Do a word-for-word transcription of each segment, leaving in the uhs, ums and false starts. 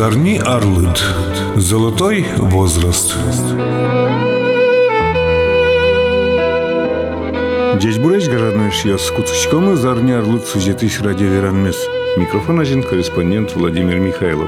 Зарни Арлыд. Золотой возраст. Здесь буреш городной шьёс с куцучком и Зарни Арлыд сюжетыш радио Веранмес. Микрофон один корреспондент Владимир Михайлов.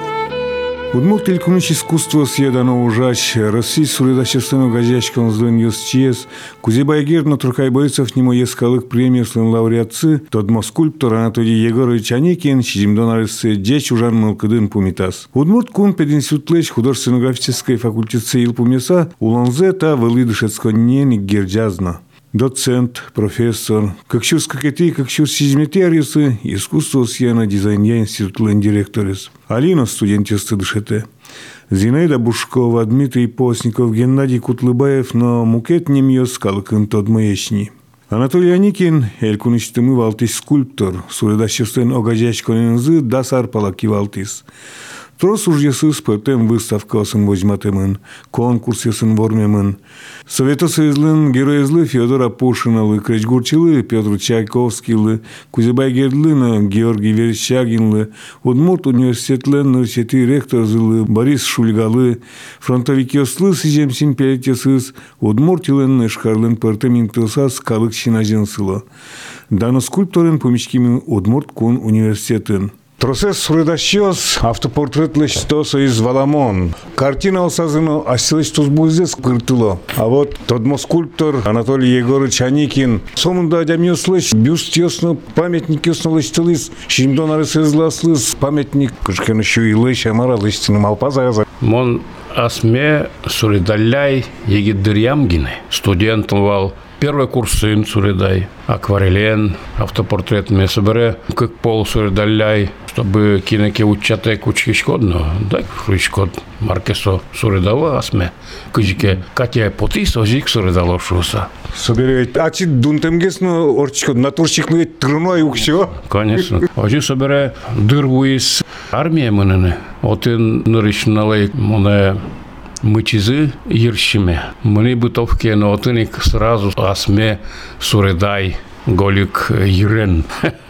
Удмурт илькунуч искусство съедано ужач, Россия суридащественного газячком злын юсчиес, Кузебайгер на Туркайбойцев нему ескалык премию слын лауреатцы, тодмо скульптор Анатолий Егорович Аникин, чизимдонарысы деч ужан мылкыдын пумитас. Удмурт кун пединститутлэч художественно-графической факультетце илпумеса, уланзета вылыдышецконнен герджазна. Доцент, профессор, как чур скакети, как чур сизметериусы, искусство съена дизайнья институтлен директорис. Алина студентисты дышете. Зинаида Бушкова, Дмитрий Постников, Геннадий Кутлыбаев, но мукет не мьёс калкын тод маечни. Анатолий Аникин, элькуничтымы валтис скульптор, суредаществен огажачконензы дасар палаки валтис. Трос уж ясыс пэтем выставка сын возьматемын, конкурс ясын вормемын. Советосоюзлын героизлы Федор Апушиновлы, Кречгурчилы Петр Чайковскийлы, Кузебайгердлыны Георгий Верещагинлы, Удмурт университетлен нырчети ректорзылы Борис Шульгалы, фронтовикёслы сижемсин пелетесыз, Удмуртилен нышкарлын пэртем интылсас калык шинажынсылы. Дано скульпторын помещкими Удмурт кун университетын. Тросес суредащиос автопортретлыш стоса из Валамон. Картина осазыно асилыш тузбузес кыртыло. А вот тодмо скульптор Анатолий Егорович Аникин сомунда адамьёслыш бюст ёсно памятник ёснолыш тылыс шимдонары сезласлыс памятник кышканы шуилыш амаралыш тыным алпазаза. Мон асме суредалляй егиддырямгины. Студентом вал первый курс сын суредай, акварелен, автопортрет мне собере, как пол суредалляй, чтобы кинеке учате кучки шкодно, да, шкод маркесо суредава асме, кучке Катя потис ожик суредало шуса. Собере, а чи дунтемгесно орчко натурщиклы трыной уксё? Конечно. Ожи собере дырву из армии мынene, отын нырышналай моне мычизы ерщиме. Мне бытовки, но отыник сразу асме суредай голик ерен.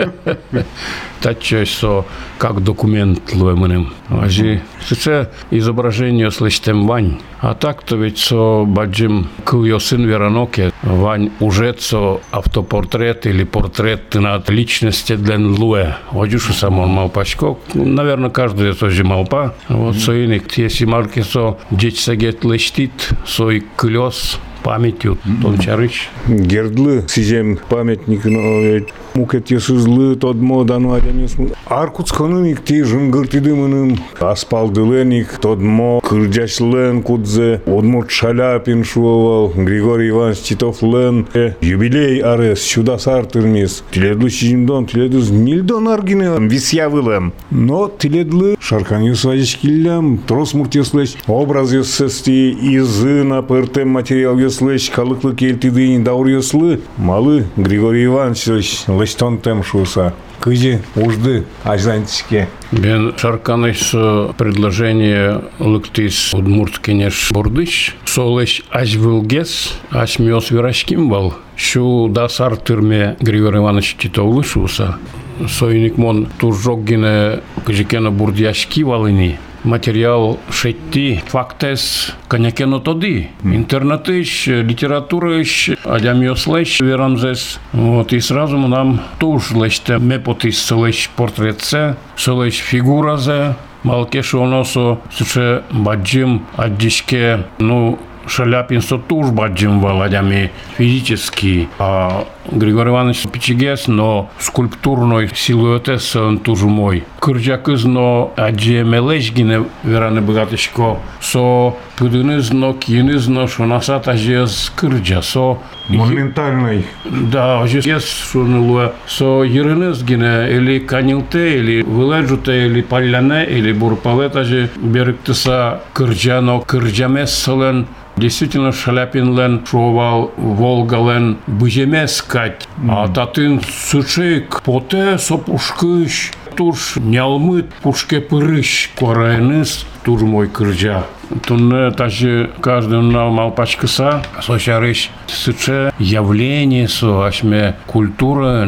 Тачо, что как документ луемынем. Ажи, это изображение слыштем вань. А так-то ведь со баджим кыльё сын вераноке. Вань уже со автопортрет или портрет над личности для луэ. Одюшу сам он малпачко. Наверное, каждый тоже малпа. Вот соиник, если марки со деч сагет лыштит, сой клёс памятью тончарыч. Гердлы сижем памятник, но мукет ясызлы тодмо дану адамес. Аркутсконыник ти жынгыртидымыным аспалдыленик тодмо кырджашлен кудзе Удмурт Шаляпин шуовал Григорий Иванович Титовлен юбилей арес чудасар тырмис. Тиледлы шижимдон тиледлы нильдон аргине висявылем. Но тиледлы шаркан юсвадичкиллям трос муртеслэч образ юссести изы на пэртем материал юслэч калыклы кельтидыни даур юслы малы Григорий Иванович лэчтон тем шуса. Кызи ужды ажзантичке. Бен шарканыш предложение лыктис удмурткенеш бурдыш. Солыш ажвылгес, ашмёс вирашким бал. Шу дасар тырме Григорий Иванович Титовлы шуса. Сойник мон туржоггине кыжикена бурдяшки валыни. Материал шетти, фактес, конякено тоди. Интернетыш, литературыш, адамьёслэш верамзес. Вот, и сразу нам туж лэште мепотис сылэш портретсе, сылэш фигуразе, малкеш оносо, суче баджим, аддишке, ну, Шаляпин со туж баджим валадями физически, а Григорий Иванович Пичигес, но скульптурной силуэтес он туж мой. Кырджакыз, но адже мелешгине веране богатышко, со пудыныз, но киныз, но шонасат ажез кырджа, со... Монументальный. Да, ажез ес шонылуэ, со ерынызгине, или канилте, или выледжуте, или паляне, или бурпалет аже берыктыса кырджа, но кырджамес сылен. Действительно, Шаляпин лен шувал Волга лен быжемескать, а татын сучик поте сопушкыш, туж нялмыт пушке пырыш, кораеныс туж мой кырджа. Тунне тажи каждый на малпачкаса, сочарыш суче явление со ашме культурен,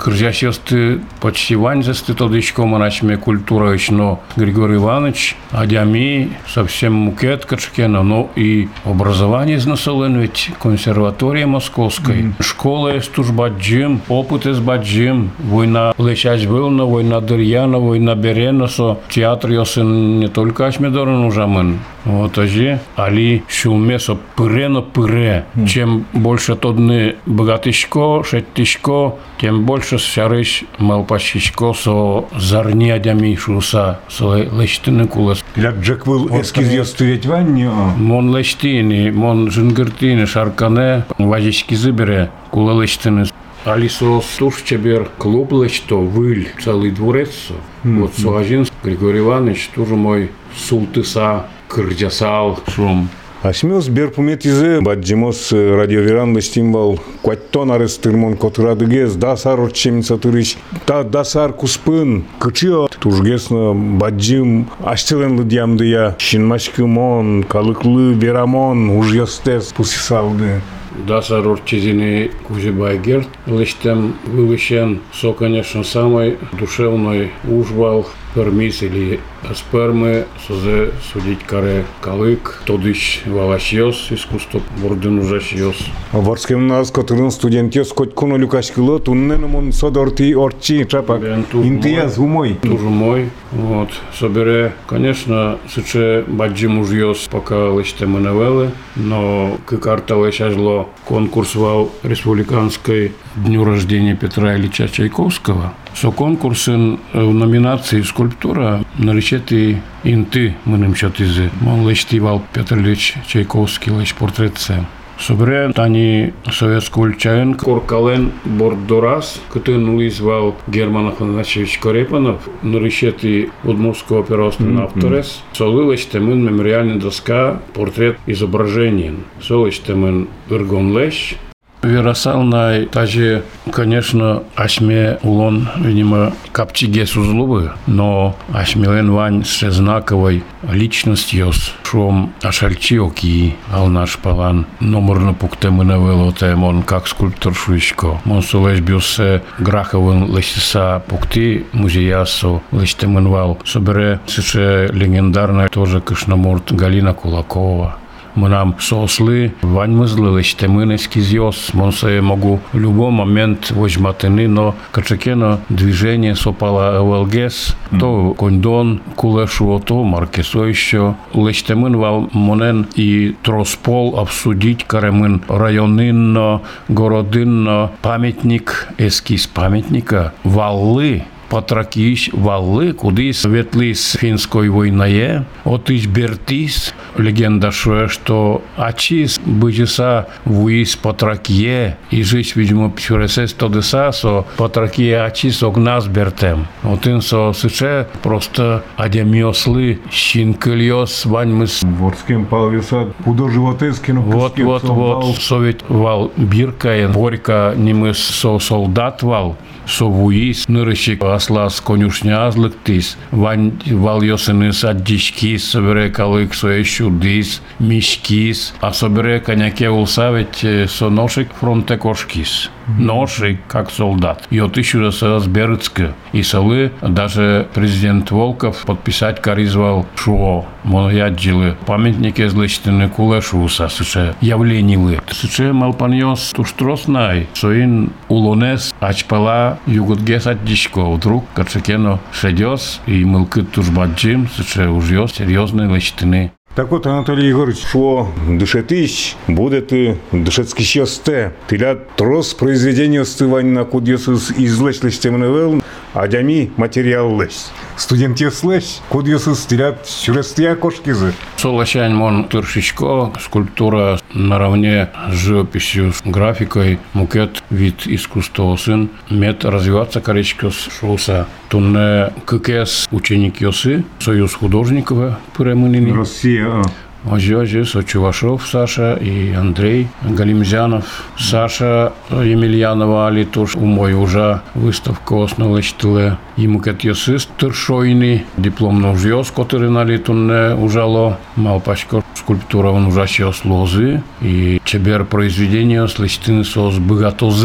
Кржащосты почти ванзесты тодычко маначме культура но Григорий Иванович, адями совсем мукет качкена, но и образование изнасолен ведь консерватория московской, mm-hmm. школа из тужбаджим, опыт из баджим, война лещать вылна, война дырьяна, война берена, со театр йосен не только ашмедорен ужамен. Вот аже, али шуме со пырено пыре. Mm. Чем больше тодны богатышко, шеттышко, тем больше сярыш малпашишко со зарнядями шуса, со лещтыны кулас. Як Джек был эскиз ёстывет ванне? Мон лещтыни, мон жингыртыни, шаркане, вазишки зыбере, кула лещтыны. Алисо Стушчебер клуб лечто, выль, целый дворец. Mm-hmm. Вот Суажин, Григорий Иванович, тоже мой султыса, кырджасал, шум. Асмёс берпуметизе баджимос радиоверан лестимбал кваттон арестырмон котрадыгез дасар орчемица тырыш та дасар куспын кычыо тужгесно баджим аштелен лыдьямдыя шинмашкымон калыклы верамон ужьёстес пусисалды. Дасар орчизини Кузибайгерт лечтем вылещен, со, конечно, самой душевной ужвал пермис или спермы, созе судить каре калык, тодыш валашьёс, искусство бордын ужашьёс. Ворскем нас, который студентёс, хоть куно люкашкило, тунненомон содорти орчи, чапак, интияз умой. Тоже мой, вот, собере, конечно, сыче баджи мужьёс, пока лечтем новеллы, но как арта лечажло конкурс вал республиканской дню рождения Петра Ильича Чайковского. Со конкурсен в номинации скульптура наречети инты мынем чотизи. Мон лечтивал Петр Ильич Чайковский леч портретце. Собре тани советскую чаен коркален бордорас, который нулизвал Герман Афанасьевич Корепанов, наречети Удмуртского операционного авторес. Солы лечтемен мемориальная доска портрет изображения. Солы лечтемен Иргон Лещ. Верасалнай, даже, конечно, ашме улон, видимо, капчиге сузлубы, но ашмелен вань с знаковой личностью, шум ашальчиоки, ал наш палан, номерно пукте мы навелоте, мон как скульптор шуишко. Мон солеш бюсе граховын лесиса пукти музеясо, лештеменвал. Собере сыче легендарная тоже Кышноморт Галина Кулакова. Мы нам сосли, вань мызлы лечтемын эскизиос, монсе могу в любой момент возьматыны, но качекено движение сопала эвелгес, то кондон, кулешу то, маркесо еще, лечтемын вал монен и троспол обсудить каремын районынно, городынно, памятник, эскиз памятника, валлы, Патракіш валли, кудись ветліс фінської війної, отич бертіс, легенда шує, що ачіс бижиса вуїс патракіє, і жич, видимо, пчуресес тодеса, со патракіє ачіс огнас бертем. Отин со сиче просто адяміосли, щінкельйос ваньмис. Ворским палвіса пудоживотески, но вот, вот, вот, совет вал біркаєн, горька німис со солдат вал, совуїс, нирищик аслас конюшня азликтис, вань вал йосинис аддишкис, собере калик соещудис, мішкис, а собере коняке улсавить со ношик фронте кошкис. Ношик, как солдат. И от еще раз разберется. И солы даже президент Волков подписать каризвал шо. Монояджилы. Памятники зличтыны кулешуса. Сыче явленилы. Сыче малпаньос туштроснай. Соин улонес ачпала югутгес аддишко. Вдруг качекено шедёс и мылкы тужбаджим. Сыче ужьёс серьезные личтыны. Так вот, Анатолий Егорович, что дышетыщ, будет и дышецкий счёсте. Тыля трос произведения остывания на кудьесус излэчлэщ темневел, а дями материал лэщ. Студенте слэщ, кудьесус тылят сюрестия кошкизы. Солощань мон тыршичко, скульптура наравне с живописью, с графикой, мукет вид искусства сын, мет развиваться коречкос шуса. Тунне ККС ученик Йосы, союз художников премынини. Россия. Ожёжи, Сочувашов Саша и Андрей Галимзянов. Саша Емельянова али тоже у мой уже выставка основа чтыле. Ему кет Йосист Тершойный, диплом ужьёс, который нали тунне ужало. Малпачко скульптура он ужащёс лозы. И чебер произведения слечтыны сос богатозы.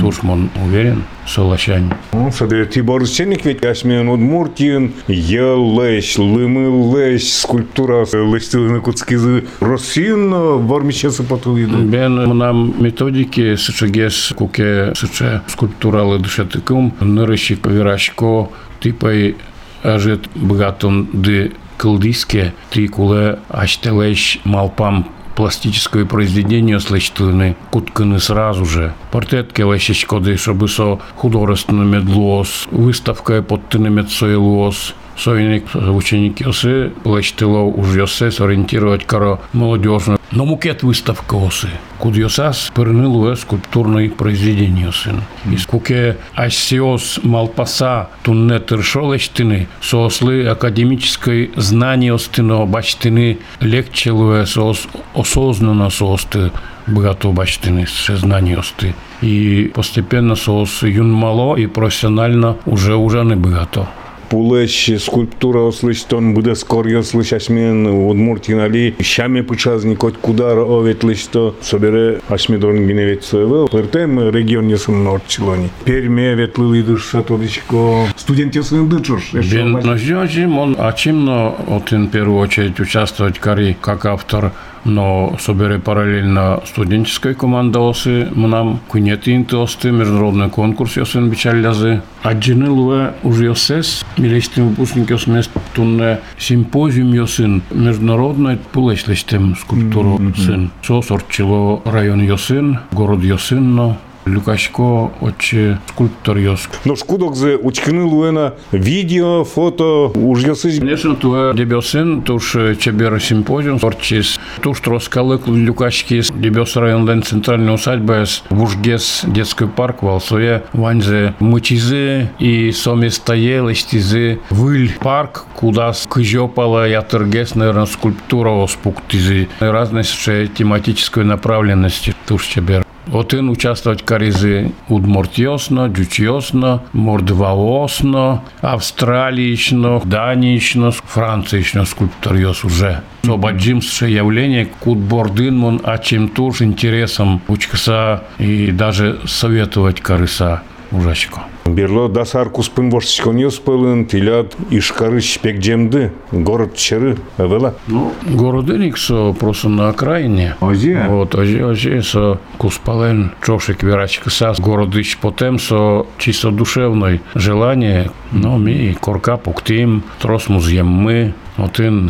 Тушман уверен, солощань. Ну, собери Тибор Сенник ведь Ашмен Удмуртин, Елэш, Лымылэш, скульптура Лэштилына Куцкизы, Россин, Вормичеса Патулиды. Бен нам методики сычегес куке сыче скульптуралы дышатыкым, нырыщик вирашко, типай ажет богатон ды кылдиске, ты куле аштелэш малпам пластическое произведение слышны кутканы сразу же. Портретки лещичкоды, чтобы со художественный медлос, выставка под тынемет сойлос. Сойник ученики осы, лещтыло уж ёсе сориентировать каро молодежно. Но мукет выставка осы. Куд ёсас пернылуэ скульптурное произведение сын. Из куке асиос малпаса тунне тыршо лещтыны, соослы академической знание остыно бачтыны лекчелуэ соос осознанно соосты богато бачтыны знание осты. И постепенно соос юн мало и профессионально уже уже не богато. Пулэш скульптура услышит, он будет скоро услышать Ашмен Удмуртин али, щаме пучазник от кудар оветлы, что собере Ашмедорн гневет своего. Пертем регион не сын норчилони. Перме ветлы идуш сатодичко. Студенты сын дычуш. Бен наждёжим, он очимно отын в первую очередь участвовать кари как автор, но собере параллельно студенческой команда осы, нам кунетин тосты, международный конкурс ёсын бичаллязы. Аджины луэ уже ёсес, милейстым выпускник ёсмест тунне симпозиум ёсын, международный пулешлистем скульптуру сын. Со сорчило район ёсын, город ёсынно, Люкашко, отче скульптор ёс. Но шкудок за учкины луэна видео, фото, уж ёсыз. Конечно, туэ дебёсын, туш чебер симпозиум, сорчис, туш троскалык Люкашки, дебёс район центральной усадьбы, вужгес детский парк, валсуе, ванзе мычизы и соместае, лестизы, выль парк, куда кыжёпала ятыргес, наверное, скульптура оспуктизы, разной тематической направленности, туш чебер. Отын участвовать каризы удмуртиосно, джучиосно, мордваосно, австралиично, даниично, франциично скульпториос уже. Собаджимсше явление кудбордын мон, а чем тоже интересом учкаса и даже советовать карыса ужачко. Берло дасар куспын вошчкон ёспылын, тилят ишкарыш пекджемды, город чыры, эвела. Ну, городыник со просто на окраине. Озе? Вот, озе, озе, со куспален чошек верачка сас, городыч потем со чисто душевной желание, но ми корка пуктим, трос музьем мы, отын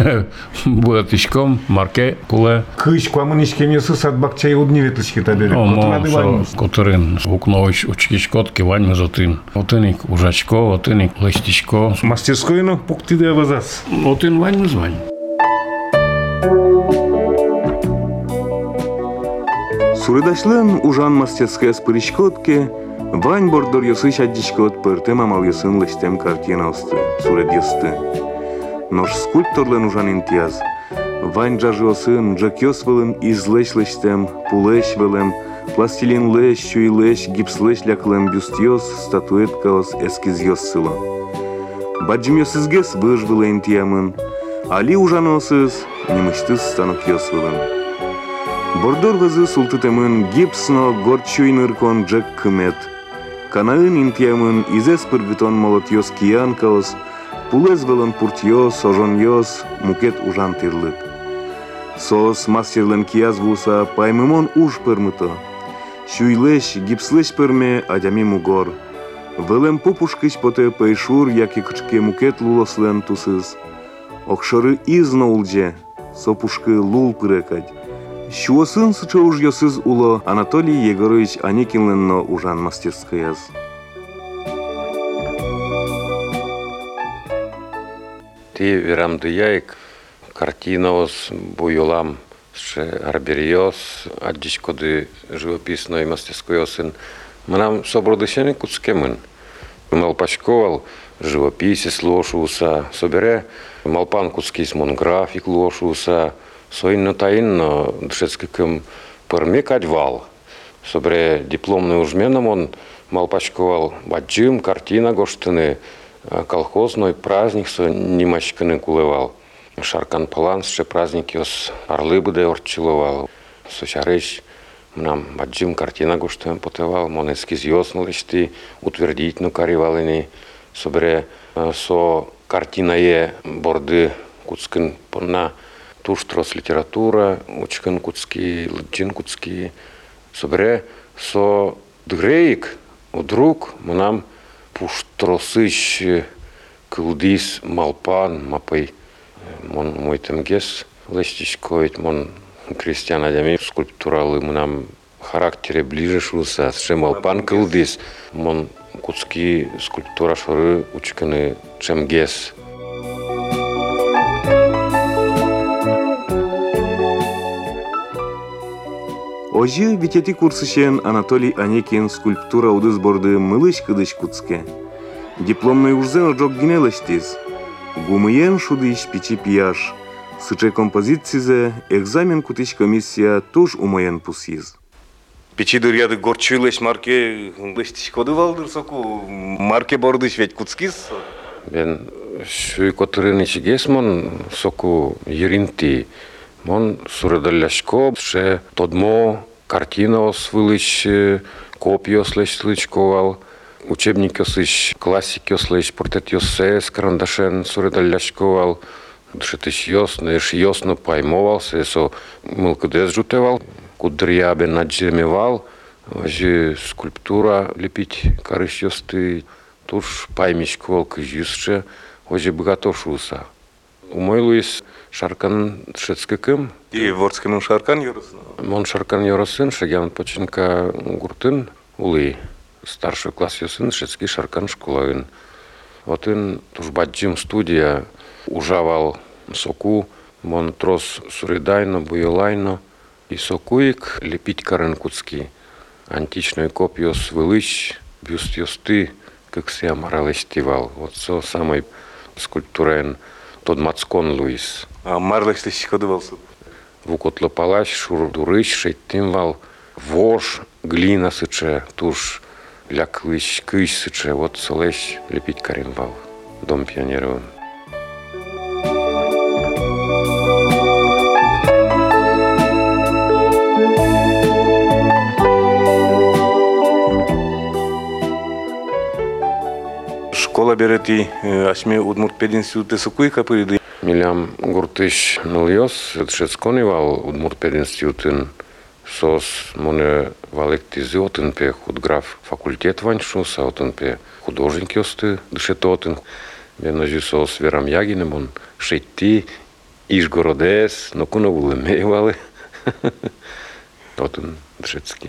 буатичком, марке, куле. Кыш куамыничке не сысат бакчай удневеточки табели. О, мо, со которын вукнович учкичкот кивань мезотын. Отыник ужачко, отыник лестичко. Мастерской, ну, пукты да вазас. Отын вань мезвань. Суредашлын ужан мастерская спыричкотке, вань бордор ёсыч аддичкот пыртым амал ёсын лыстем картина осты, сурет ёсты. Нож скульпторлен ужан интияз. Вань жажы осын джак ёсвылын излэш лыстем, пулэш вылем, пластилин лэш, чуй лэш, гипс лэш ляклем бюст ёс, статуэтка ос эскиз ёссыло. Баджим ёсызгес выж вылы интиямын, али ужан осыз, немыштыз станок ёсвылын. Бордор вазы султытемын гипсно горчуй ныркон джек кымет. Канаын интиямын изес пыргытон молот ёс киянкаос, пулез вылын пуртьёс, ожон ёс, мукет ужан тырлык. Сос мастерлен кияз вуса паймымон уж пырмыто. Шуйлеш, гипслеш пырме адями мугор. Вылем пупушкыч поте пейшур, яки кычке мукет лулослен тусыз. Окшоры изно улже, сопушкы лул пырекать. Шуосын сыча уж ёсыз уло Анатолий Егорович Аникинленно ужан мастерскаяз. Ти верамды яйк картинаос буйолам ще арбериос аддичкоды живописной мастерской осын. Манам собродышени куцкемын. Малпачковал живописец лошуса, собере малпан куцкис монграфик лошуса, сойно таинно дышецким пырмекать вал. Собере дипломный ужменом он малпачковал баджим, картина гоштыны, колхозной праздник со немачканы кулевал. Шаркан Палансше праздник ёс орлы буде орчиловал. Сочарыч Нам баджим картина гуштем потевал, мон ескиз ясно лишти, утвердительно каривалини, собре со картина е борды куцкин понна туштрос литература, учкин куцки, лджин куцки, собре со дрейк, удруг, нам пуштросыш кылдис малпан, мапай, мон мой темгес, лестичкоит, мон Кристиан Адями скульптуралы нам характере ближе шулса, с малпан кылдис, мон куцки скульптура шоры учкины чемгес. Ожи витети курсышен Анатолий Анекин скульптура удыз борды мылыш кыдыш куцке. Дипломный ужзен ожок гинелештиз. Гумыен шудыш пичи пияш. Сыче композицизе экзамен кутыш комиссия туж умоен пусиз. Пичи дыряды горчылыш марке лыштиш коды валдыр соку. Марке бордыш ведь куцкиз. Бен шуй котырыныч гесмон соку еринти. Мон суредалляшко, ше тодмо картина освылыш, копия ослеш слычковал, учебник ослеш, классики ослеш, портрет йосе с карандашен суредалляшковал, дышетыш йосно, еш йосно паймовал, се со мылкадес жутевал, кудрябе наджемевал, важи скульптура лепить карыш йосты, туж паймичковал кыжюсше, важи богатошуса. Умой Луис Шаркан шецкекым. И ворсканым шаркан йоросын. Мон шаркан йоросын, шагян починка гуртын улы. Старший класс йосын, шецкий шаркан школаын. Вот ин тужбаджим студия ужавал соку, мон трос суридайно, буйолайно. И сокуик лепить карен куцки. Античную копию свылыч, бюст йосты, как се амаралестивал. Вот со самой скульптурен тот Мацкон Луис. А марлыш лишь коды валсы. Вукотло палач, шур дурыч, шейтимвал, вож, глина сыче, туж ляклыч, кыч сыче, вот солещ лепить каримвал. Дом пионеров. Школа берети, ашме Удмуртпед институты сукуйка пыриды. Милям гуртыш нульос, шецконивал Удмуртпед институтын сос моне валектизиотын пе худграф факультет ваньшуса, отын пе художники осты дышетотын. Бенажи сос Верам Ягинем, он шетти, Ишгородес, но куновулы мейвалы. Отын дышецки.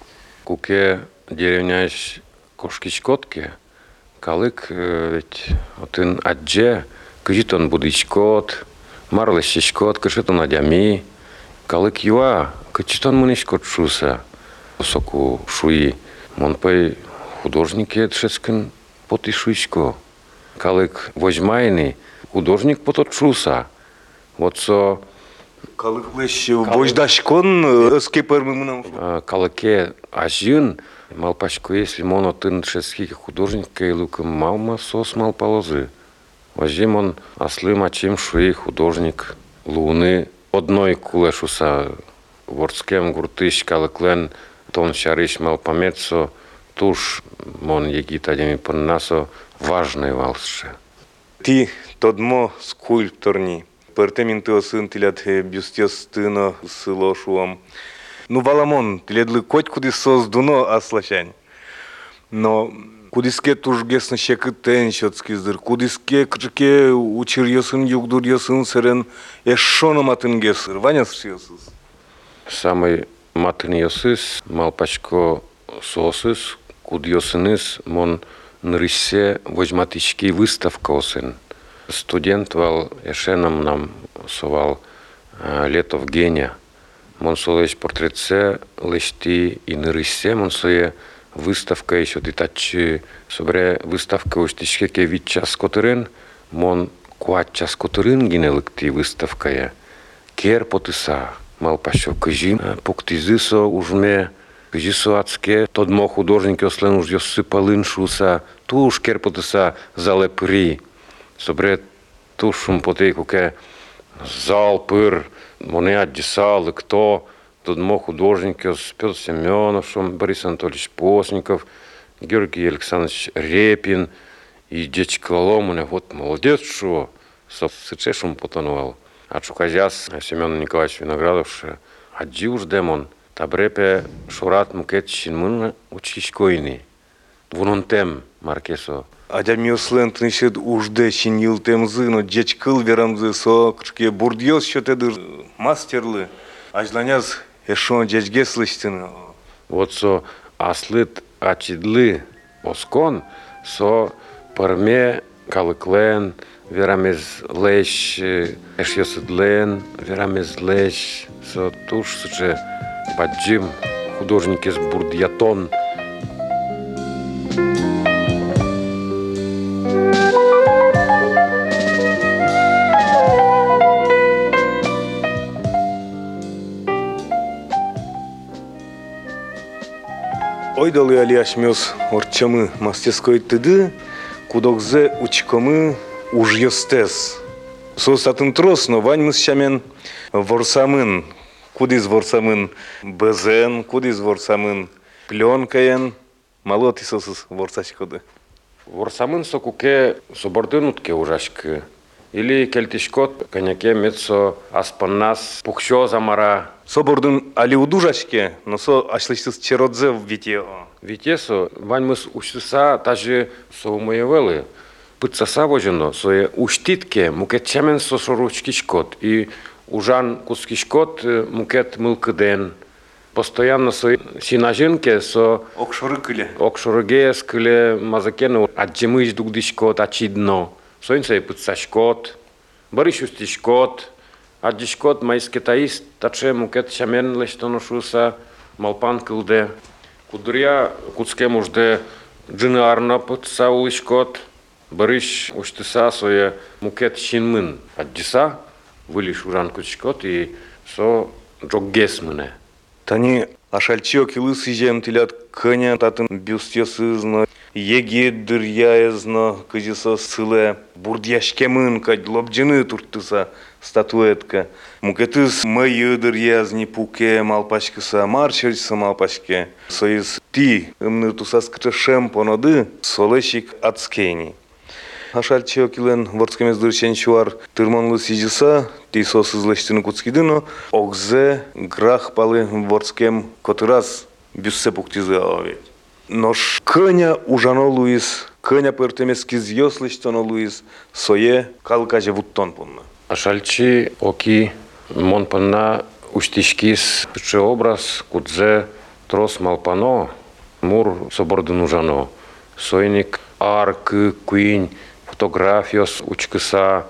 Куке деревняш кошкичкотке, калык ведь отын адже, кыжитон будичкот, марлещичкот, кышетон адями, калык юа, кычитон муничкот шуса, соку шуи, монпай художники дышецкин поти шуичко, калык возьмайный, художник потот шуса, вот со Калык лишь вождашкон скипер калыке ажин, малпачко если монотын дышецких художника и луком малма сос мал полозы. Возьмем он ослы мачим шуи художник луны одной кулешуса ворскем гуртыш калыклен тон шариш мал памецо туш мон егитадеми поннасо важный валсше. Ти тодмо скульпторни. Пертеминты осын тилят бюстес тыно сыло шуам. Ну валамон тиледлы коть куди создуно аслачань. Но кудиске тужгесно шекы теншотскиздыр. Кудиске кычыке учир йосын югдур йосын серен эшшоно матын гесыр. Ваня сшиосыз. Самый матын йосыз малпачко сосыз куд йосыныз мон нрысе возьматички выставка осын. Студент вал эшеном нам совал летов геня. Мон солеш портретсе лешти и нырысе мон сое выставка еще детачи собре выставка уштичке ке витчас котырын мон куатчас котырын гинелыкти выставка я. Кер потыса мал пашо кыжин поктизысо ужме кыжисо ацке тодмо художники ослен уж йосыпалын шуса туш кер потыса залепри. Собре тушум потейку ке зал пыр, моне аддисалы, кто Тут мо художники с Петр Семенов, Борис Анатольевич Постников, Георгий Александрович Репин и дечка Ломаня. Вот молодец, что со сычешем потонувал. А чуказяс Семен Николаевич Виноградов, аджи уж демон, табрепе шурат мукет шинмын учишкойный. Вунон тем маркесо. Адямиослен тнышед ужде чинил темзы, но дечкыл верамзы со кршке бурдьёс счётедыр мастерлы. Ажланяз эшон дечге слыштын. Вот со аслыт ачидлы оскон, со парме калыклен, верамез лещ, эшьёсыдлен, верамез лещ, со туш сыче баджим художники с бурдьятон. Ойдалы алияшмёс орчамы мастерской тыды, кудокзе учкомы ужьёстес. Состатын трос, но ваньмыз шамен ворсамын. Кудиз ворсамын безен, кудиз ворсамын пленкаен. Мало тисосыз ворсачкоды. Ворсамын сокуке собордынутке ужашкы. Или кельтишкот коняке мецо аспаннас пухчо замара. Собордын али удужашке, но со ашлыштыз черодзе в вите. Витесо ваньмыз ушсыса тажы соумоевелы. Пытсаса вожено, сое уштитке мукет чамен со соручкишкот. И ужан кускишкот мукет мылкыден. Постоянно со синажинке со Окшорыкыле. окшорыгес кыле мазакену аджимыш дугдишкот ачидно. Соинце пытсашкот, барышустишкот, аджишкот майскетаист, таче мукет шамен лештоношуса, малпан кылде. Кудря куцке мужде джины арна пытса улышкот, барыш уштыса сое мукет шинмын. Аджиса вылиш уран кучкот и со джоггес мыне. Тани ашальчиок илы сижем тилят коня татын бюстесызно, еге дырьяезно, кызисо сыле, бурдьяшкемын кать лобджины туртыса статуэтка. Мукетыз мыйы дырьязни пуке малпачкыса, марчельса малпачке. Соиз ти ымны тусас кыча шем поноды, солешик ацкени. Ашальчиок илен ворскемез дырчен чуар тырманлы сижиса, ти сосызлештыны куцкидыно, огзе грах палы ворскем котыраз бюссе пуктизы авет. Нош коня ужано луис, коня пертемески зьёслыштоно луис, сое калкаже вуттон пунна. Ашальчи оки мон панна уштишкис пче образ кудзе трос малпано, мур собордын ужано. Сойник арк, куинь, фотографиос учкыса,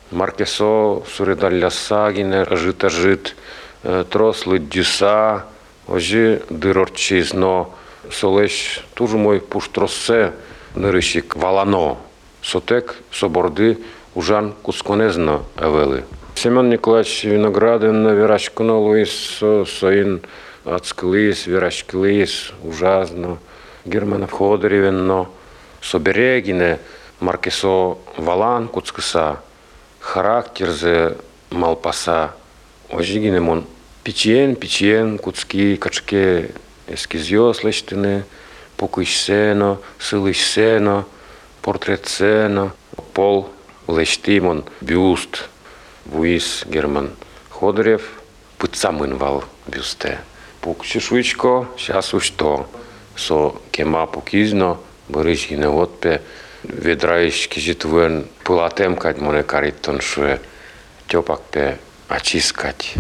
маркесо суредалляса гине жита жит, трос лыддюса, ожи дырорчизно, солеш туж мой пуштроссе нырышик валано, сотек соборды ужан кусконезно авелы. Семен Николаевич Виноградин верашкуно луис соин ацкылис, верашкылис, ужазно, Германов Ходоревенно, соберегине, маркесо валан куцкыса, характерзе малпаса, ожигине мон пичен, пичен, куцки, качке, ескизиос лештыны, пукышсено, сылышсено, портретсено, пол лештимон, бюст, вуис Герман Ходорев, пыцамын вал бюсте. Пукшишвичко, сейчас уж то, со кема пукизно, барышгине отпе, ведраишки житвен пылатем кать моне кариттон шуе, тёпак пе очискать.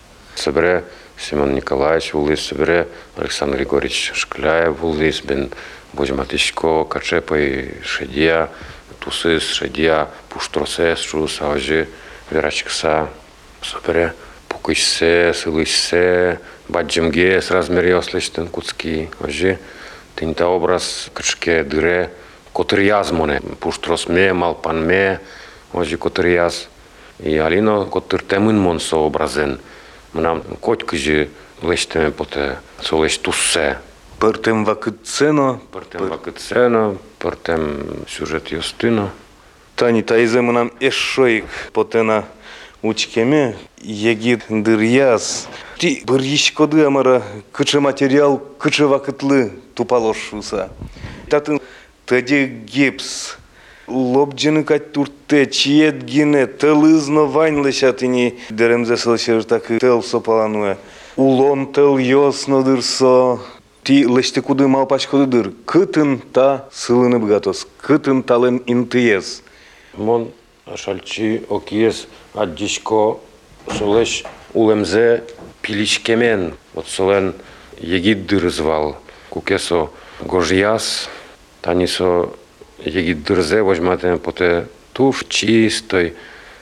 Собере Семен Николаевич улис, собере Александр Григорьевич Шкляев улис, бен Божматишко, качепай шедия, тусыс шедия, пуштросес шус, аожи верачкса, собере пукышсе, сылышсе, баджимге с размериос лештен куцки, аожи тинта образ качке дыре, котыряз моне, пуштросме, малпанме, аожи котыряз. И алино котыртемын мон со образен. Мнам котькыжи лештеме поте, со леш туссе. Пертем вакыцено, Пъртем вакыцено, пъртем сюжет юстино. Тани таизе мынам эшшоик потена учкеме егит дырьяз. Ти бір ешкоды амара кычы материал кычы вакытлы тупалошуса. Татын таде гипс, лобджины кать турте, чиет гине, тылызно вайнлышатыни деремзе сылшыр так тел сопалануя. Улон тел йосно дырсо. Ти леште куды малпачкоды дыр. Кытын та сылыны бгатос, кытын тален интиез. Мон шальчи окиес аддишко солеш улемзе пиличкемен. Вот солен егид дырзвал. Кукесо гожьяс, танисо егид дырзе возьматен поте туш чистой,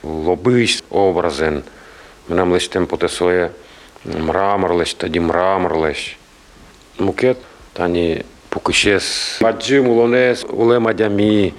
лобыш образен. Мнам лештем поте сое мрамор леш, тади мрамор леш. Мукет тани пукышес. Баджим улонес улем адями.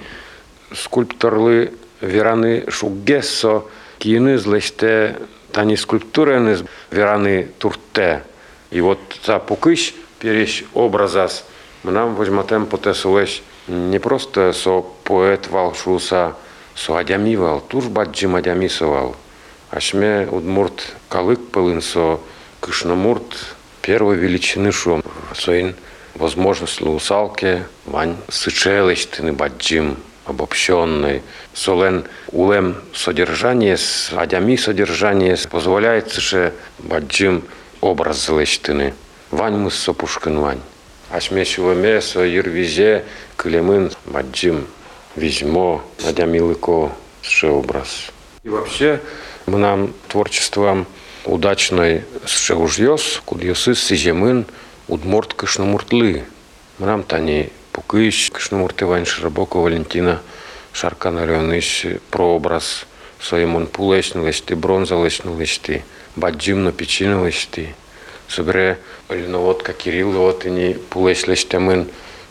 Скульпторлы вераны шугессо, киеныз леште тани скульптуреныз вераны турте. И вот та пукыш переш образас, мнам возьматем потесулеш не просто со поэт вал шуса, со адямивал, туж баджим адямисовал. Ашме удмурт калык пылын со кышномурт первой величины шум. Соин возможность лусалке вань сычелештыны баджим обобщенный. Солен улем содержание, адями содержание позволяет сыше баджим образ злештыны. Вань мы сопушкин вань. Ашме шулеме со ервизе клемын баджим визьмо адями лыко сше образ. И вообще мы нам творчеством удачной сше ужьёс, кудьёсы сижемын удмурт кышномуртлы. Мы нам тани пукыш кышномурты вань Широбоко Валентина Шаркана Леоныш прообраз своим пулешны лешти, бронза лешны лешти, баджим на печины лешти. Собере льноводка Кирилл львотыни пулеш лештемын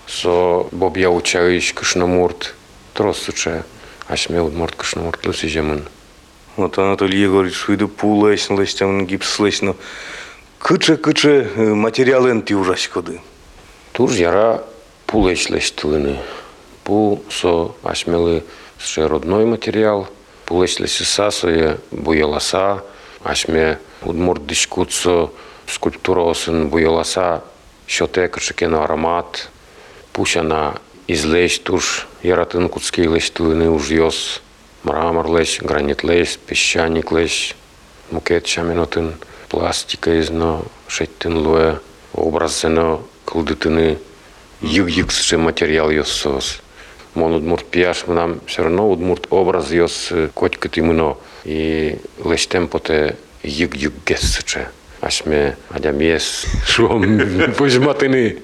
со бобья учаиш кышномурт трос суче, ашме удмурт кышномуртлы сижемын. Вот Анатолий Егорович шуйды пулешны лештемын гипс лешны. Кычы-кычы материалын ти ужашкоды. Туж яра пулеш лештылыны. Пул со ашмелы сше родной материал, пулеш лесиса сое буяласа, ашме удмурт дишкутсо скульптура осын буяласа, шоте кычыкено аромат, пушана излеш туж яратын кутский лештылыны ужьёс, мрамор леш, гранит леш, песчаник леш, мукет шаменотын, пластика изно, шеттын луэ, образено кылдытыны, юг-юг сше материал йоссос. Мон удмурт пияш нам все равно удмурт образ йос котькат именно и лештем поте юг-юг гессче. Ашме адямес шум пожматыны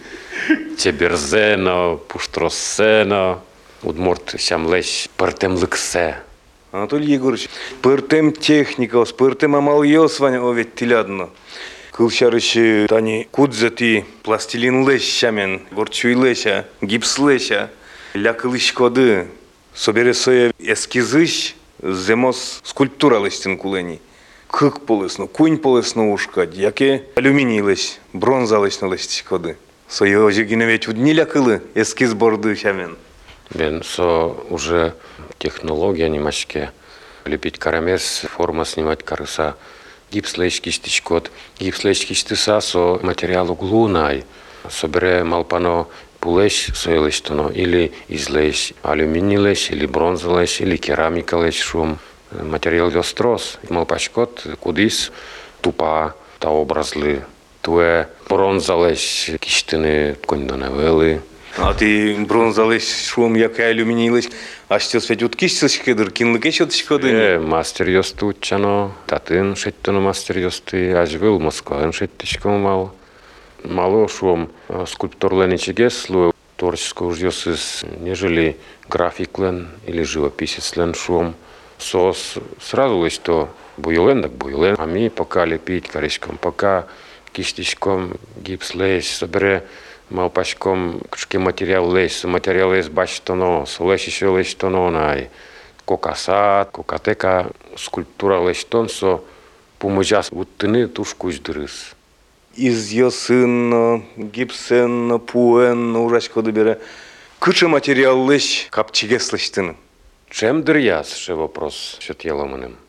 чеберзено, пуштроссено, удмурт сям леш пертем лыксе. Анатолий Егорович, пертем техникос, пертем амал йос ваня овет тилядно. Кылшарышы тани кудзати пластилин лещамен, горчуй леща, гипс леща, лякылыш коды, собересоя эскизыш, земос скульптура лещтин кулени. Кык полысно, кунь полысно ушкать, яке алюминий лещ, бронза лещна лещтиш коды. Сое ожигине ведь удни лякылы эскиз борды шамен. Бен со уже технология немашке, лепить карамес, форма снимать карыса. Гипс леш кистичкот, гипс леш кистиса со материалу глунай. Собере малпано пулеш соелештоно или излеш алюминий леш, или бронза леш, или керамика леш шум. Материал йострос. Малпачкот кудис тупа та образлы. Туе бронза леш киштыны кондоневели. А ты бронза леш шум, яке алюминий леш. А що свет уткишсиш кедр, кинлыке шотышкоды? Е, мастер йосты утчано, татын шеттоно мастер йосты, ажвыл Москван шеттишком мал. Мало шум скульптор чегес слу творческого ужьёсыз, нежели графиклен или живописец лен шум. Сос сразу лишь то буйлен, так буйлен. А ми пока лепить корешком, пока кистишком гипс леш, собере малпачком кшки материал леш, материал леш бачтоно, солеш еще леш тоно най. Кокаса, кокатека, скульптура леш тонсо, помыжас уттыны тушку издырыс. Из йосын, гипсен, пуэн, ужашкоды бере. Кычы материал леш капчигес лештыны. Чем дыряс, ще вопрос, що тєломаним.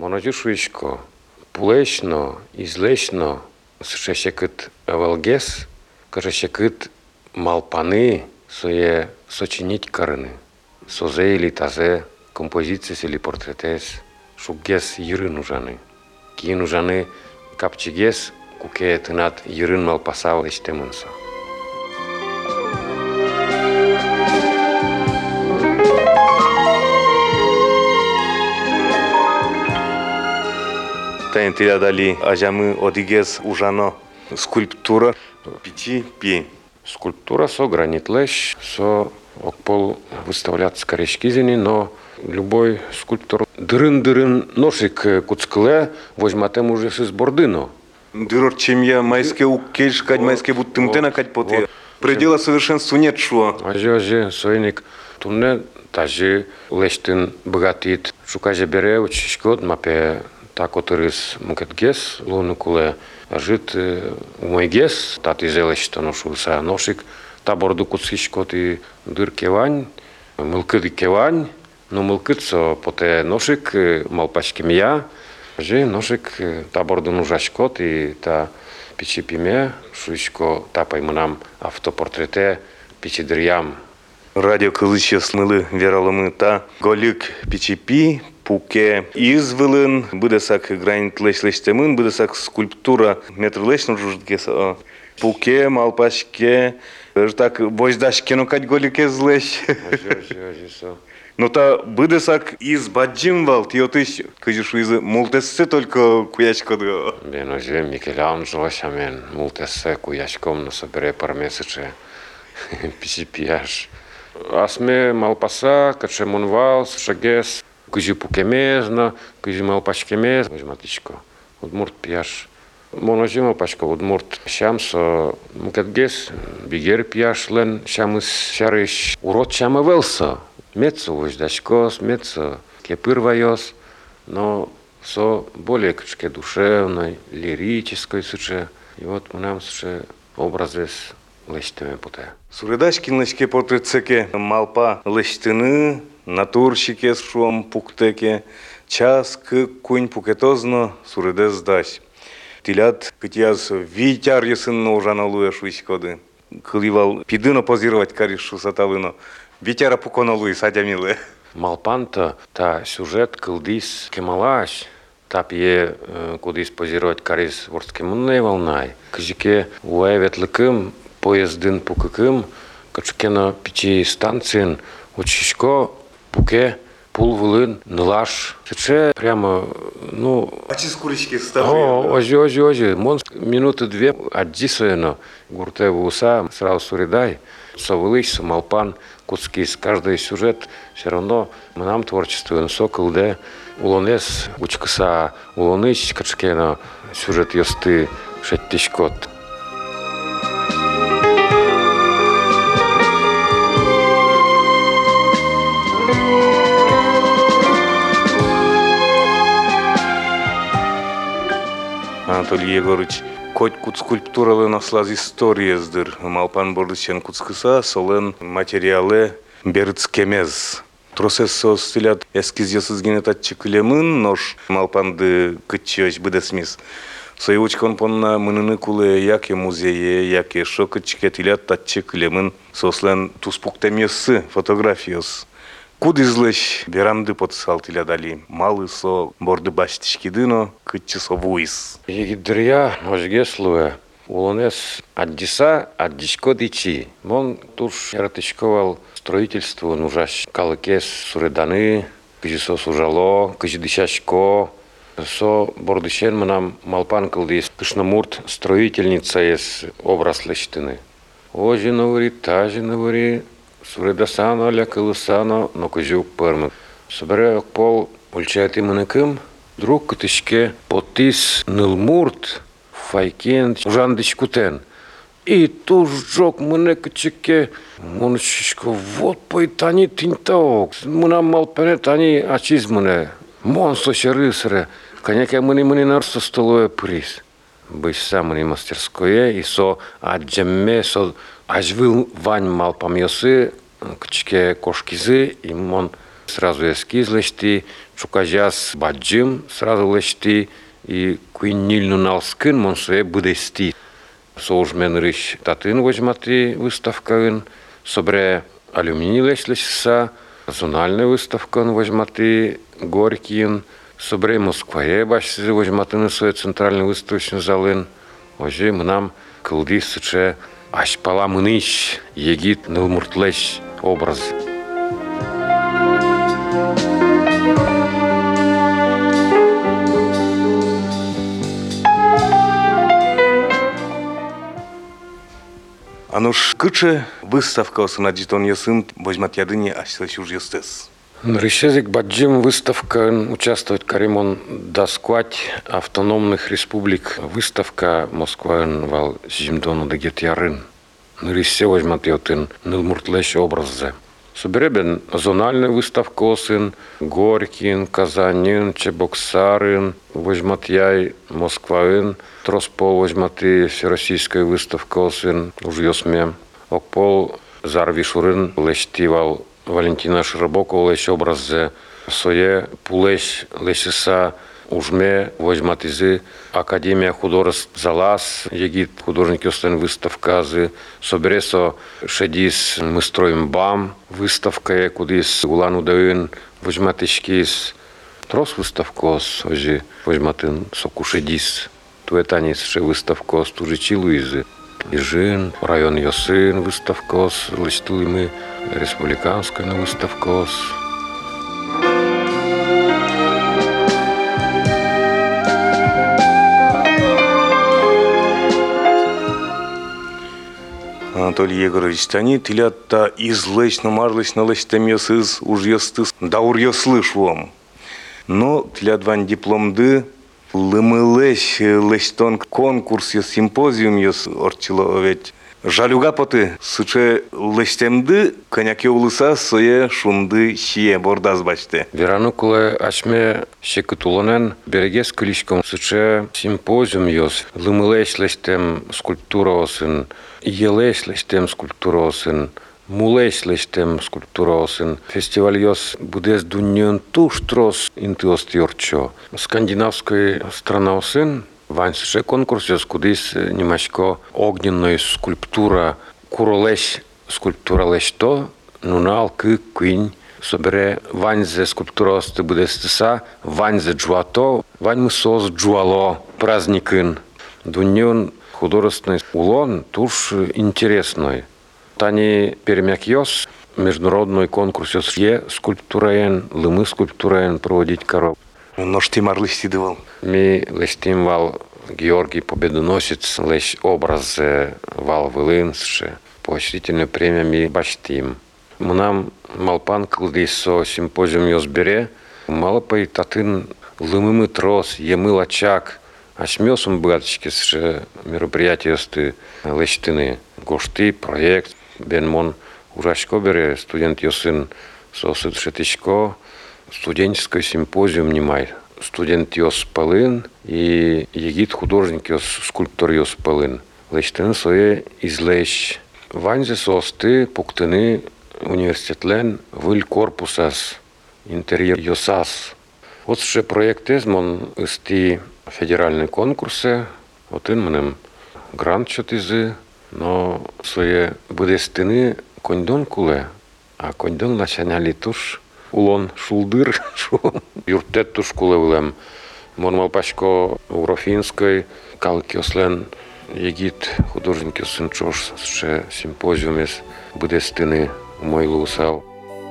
Моножушуишко, пулечно, излечно, сшешекет авалгес, кажешекет малпаны, сое сочинить карыны, созе или тазе, композиция или портретес, шугес ерын ужаны. Киен ужаны капчигес, куке тынат ерын малпасал эштемынса. Тайн дали ажамы одигес ужано скульптура пяти пи. Скульптура со гранитлеш, со окпол выставляться корешкизини, но любой скульптор дырын-дырын ношик куцкле возьматем уже с бордыно. Дырор чем я майске укельш, кать майске будтымтена кать поте. Предела совершенству нет шо. Ажи-ажи, сойник тунне тажи лештин богатит. Шукаже бере учишкот мапе так отырыс мукетгес, лунукуле жит умойгес, тати зелещта ношуса ношик, та борду куцишкот и дыр кевань, мылкыды кевань, но мылкыцо поте ношик малпачки мия, же ношик та борду нужашкот и та пичи пиме, шуишко тапай манам автопортрете пичи дырям. Радио кылычы смылы вералымы та голик пичипи, пуке извылын, быдасак гранитлешлештемын, быдасак скульптура метрлешну жуждгеса. Пуке, малпашке, так воздашке, ну кать голике злещ. Ну та быдасак из баджимвал, тиотыш, кажешь, из мултессе только куячко дго. Бено же Микеланджело шамен, мултессе куячком на собере пар месяче. Пичипияш. Асме малпаса, каче монвал, шагес, кыжи пукемезна, кыжи малпачкемез, возьматичко. Удмурт пияш. Моножи малпачко, удмурт шамсо, мукетгес, бигер пияш лен, шамыс шарыш. Урод шама велса. Мецо воздачкос, мецо кепыр вайос, но со более качке душевной, лирической суче. И вот мы нам суче образ весь лещтеме поте. Суредашкин лещке портретсеке малпа лещтыны, натурщике с шуом пуктеке, час к кунь пукетозно суредес дась. Тилят кытяз витяр есынно ужана луеш вишкоды. Кыливал пидыно позировать каришу саталыно. Витяра пуконо луи садямилы. Малпанта та сюжет кылдис кемалаш. Тапье кудис позировать карис ворскемунной волнай. Кыжике уэветлыкым, поездын пукыкым, качкена пичи станцин, учишко, пуке, пулвылын, нылаш. Сече прямо, ну... А чи скурички ставы? О, ожи, ожи, ожи. Мон минуты две отдисуено. Гуртеву уса, сразу суридай. Совылыш, малпан, куцкис. Каждый сюжет все равно мы нам творчествуем. Сокол, де, улонес, учкаса, улоныч, качкена, сюжет ёсты, шеттишкот. Анатолий Егорович, коть кут скульптуралы наслаз история сдыр. Малпан бордычен куцкыса, солен материалы берцкемез. Тросес стилят эскиз ясыз генетатчы кылемын, нож малпанды кытчёч быдесмис. Соевучкон понна мыныны кулы яке музее, яке шокычке тилят татчы кылемын, сослен туспуктемьесы фотографиос. Куд излыш берамды потсал тилядали. Малы со борды баштишкидыно, кытчы со вуис. Егидрия, ожгеслуе, улонес аддиса, аддишко дичи. Мон туш яратышковал строительство нужаш калыкес суреданы, кыжи со сужало, кыжи дышашко. Со бордышен манам малпан кылдис. Кышнамурт строительница есть образ лещтыны. Ожи навари, тажи навари. Суредасано, лякылысано, но кыжук пырмык. Собере пол ульчает имыныкым, друг кытышке потис нылмурт, файкен, жандычкутен. И туж жок мыне кычыке, мунышышко, вот пойтани тинтаок. Мына малпене тани ачиз мыне. Монсо шерысыре, коняке мыни мыни нарсо столое приз. Быть самыни мастерское, и со аджемме, со ажвыл вань малпамьосы, кычке кошкизы, и мон сразу эскиз лешти, чукажас баджим сразу лешти, и куиннильну налскын монсуе будести. Соужмен рыш татын возьмати выставкаын, собре алюминий леш лешса, зональная выставка возьмати Горькин, собре Москвае башсы возьмати на свой центральный выставочный залын. Ожи мнам кылди сыче ашпала мыныш егит нылмуртлеш образ. Ануш кыче выставка осына дитон ясын возьмат ядыне ашсылыш уж естес. Решезик баджим выставка участвовать каримон досквать автономных республик. Выставка Москва вал зимдону дагет ярын. Нырisse возьмат ятын нылмуртлеш образы. Соберебен зональная выставка осын Горькин, Казанин, Чебоксарын, возьмат яй Москваын, Троспол возьмат и всероссийская выставка осын уж ёсме. Окпол Зарвишурын лештивал Валентина Широбокова леш образы. Сое пулеш лешеса ужме возьмат изы Академия художеств Залаз, егит художники остан выставказы. Собересо шедис мы строим бам выставка, кудис Улан Удаын возьмат ишкис. Трос выставкос, ожи возьматын соку шедис. Туэтанис ше выставкос тужичилу изы. Ижин, район Йосын выставкос, лечтили мы республиканская на выставкос. Анатолий Егорович, тани тилятта излечно марлычно лечтем ясыз уж ястыз даур яслыш вам. Но тилядван дипломды лымылеш лечтон конкурс яс симпозиум яс орчило ведь. Жалюга поты сыче лечтемды коняке улыса сое шунды шие бордаз бачте. Веранукуле ачме шекутулонен берегес кылишком сыче симпозиум яс лымылеш лечтем скульптура осын. Елеш лечтем скульптура осын, мулеш лечтем скульптура осын. Фестиваль йос будес дуньон туштрос интиос тьорчо. Скандинавская страна осын, ваньше конкурс йос кудис немашко огненная скульптура куролеш скульптура лешто, нунал ки куинь. Собере ваньзе скульптура осты будес теса, ваньзе джуато, вань мысос джуало праздникын. Дуньон художественный улон туж интересный. Тани перемякьёс международный конкурс е скульптураен, лымы скульптураен проводить коров. Но ж ты марлыш сидывал. Ми лештим вал Георгий Победоносец, лещ образ вал вылынсше. Поощрительная премия ми баштим. Мнам малпан кылдейсо симпозиум йозбере, мало поитатын лымымы трос, емы лачак. Ашмёсум братчики с мероприятия сты лечтыны гошты проект бенмон урашко бере студент йосын сосыд шетишко студенческий симпозиум немай студент йос палын и егит художник йос скульптор йос палын лечтыны сое излещ ванзе состы пуктыны университетлен выль корпусас интерьер йосас. Вот ше проект эзмон исти федеральные конкурсы, вот им грант чотизы, но свои будестины кондон куле, а кондон начиняли туш улон шулдыр, юртет туш куле улем. Мормал пачко Урофинской, калкиослен егит художники сын чош ше симпозиумес будестины мой лусал.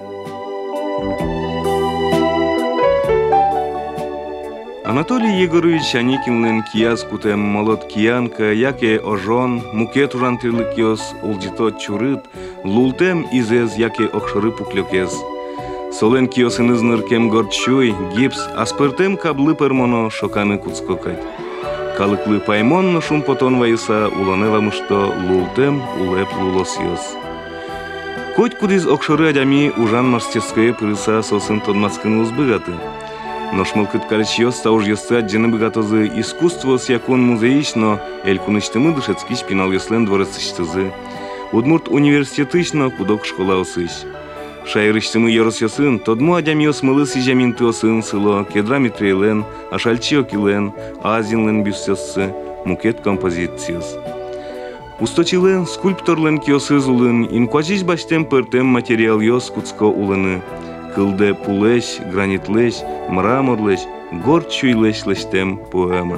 Анатолий Егорович Аникинлен кияз кутем молот киянка, яке ожон, мукет ужантырлык йос, улдито чурыт, лултем изез, яке окшыры пуклёкез. Солен киосын изныркем горчуй, гипс, аспыртем каблы пермоно шоканы куцкокать. Калыклы паймонно шум потон вайса, улоневамышто лултем улеп лулос йос. Коть кудиз окшыры адями ужан мастерское пырыса сосын тодмацкын узбыгаты. Но шмалкыт калечьёс тауж ёсты отдены богатозы искусство с якон музеично, эль куныштымы дышецкий шпинал ёслен дворецыштызы. Удмурт университетычно кудок школа осыш. Шайрыштымы еросьосын, тодму адямиос мылы сижаминтыосын сыло, кедраметрейлен, ашальчиокилен, азинлен бюстессы, мукет композициос. Усточилен, скульпторлен киосыз улын, инквазис баштем пыртем материал йос куцко улыны, кылде пулеш, гранитлеш, мраморлеш, горчуйлеш лештем поэма.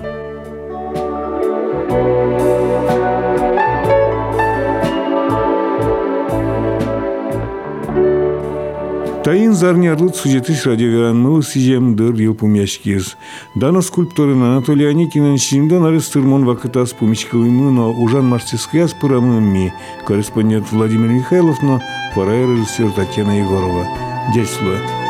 Таин зарнярлык сюжетыш радиоверанмылы сижем дыр ел пумяшкез. Дано скульпторын Анатолий Аникинен шиндон арыстырмон вакытас пумичкалымы, но ужан мастерскаяс пырамыми. Корреспондент Владимир Михайлов, но пора режиссер Татьяна Егорова. Дядь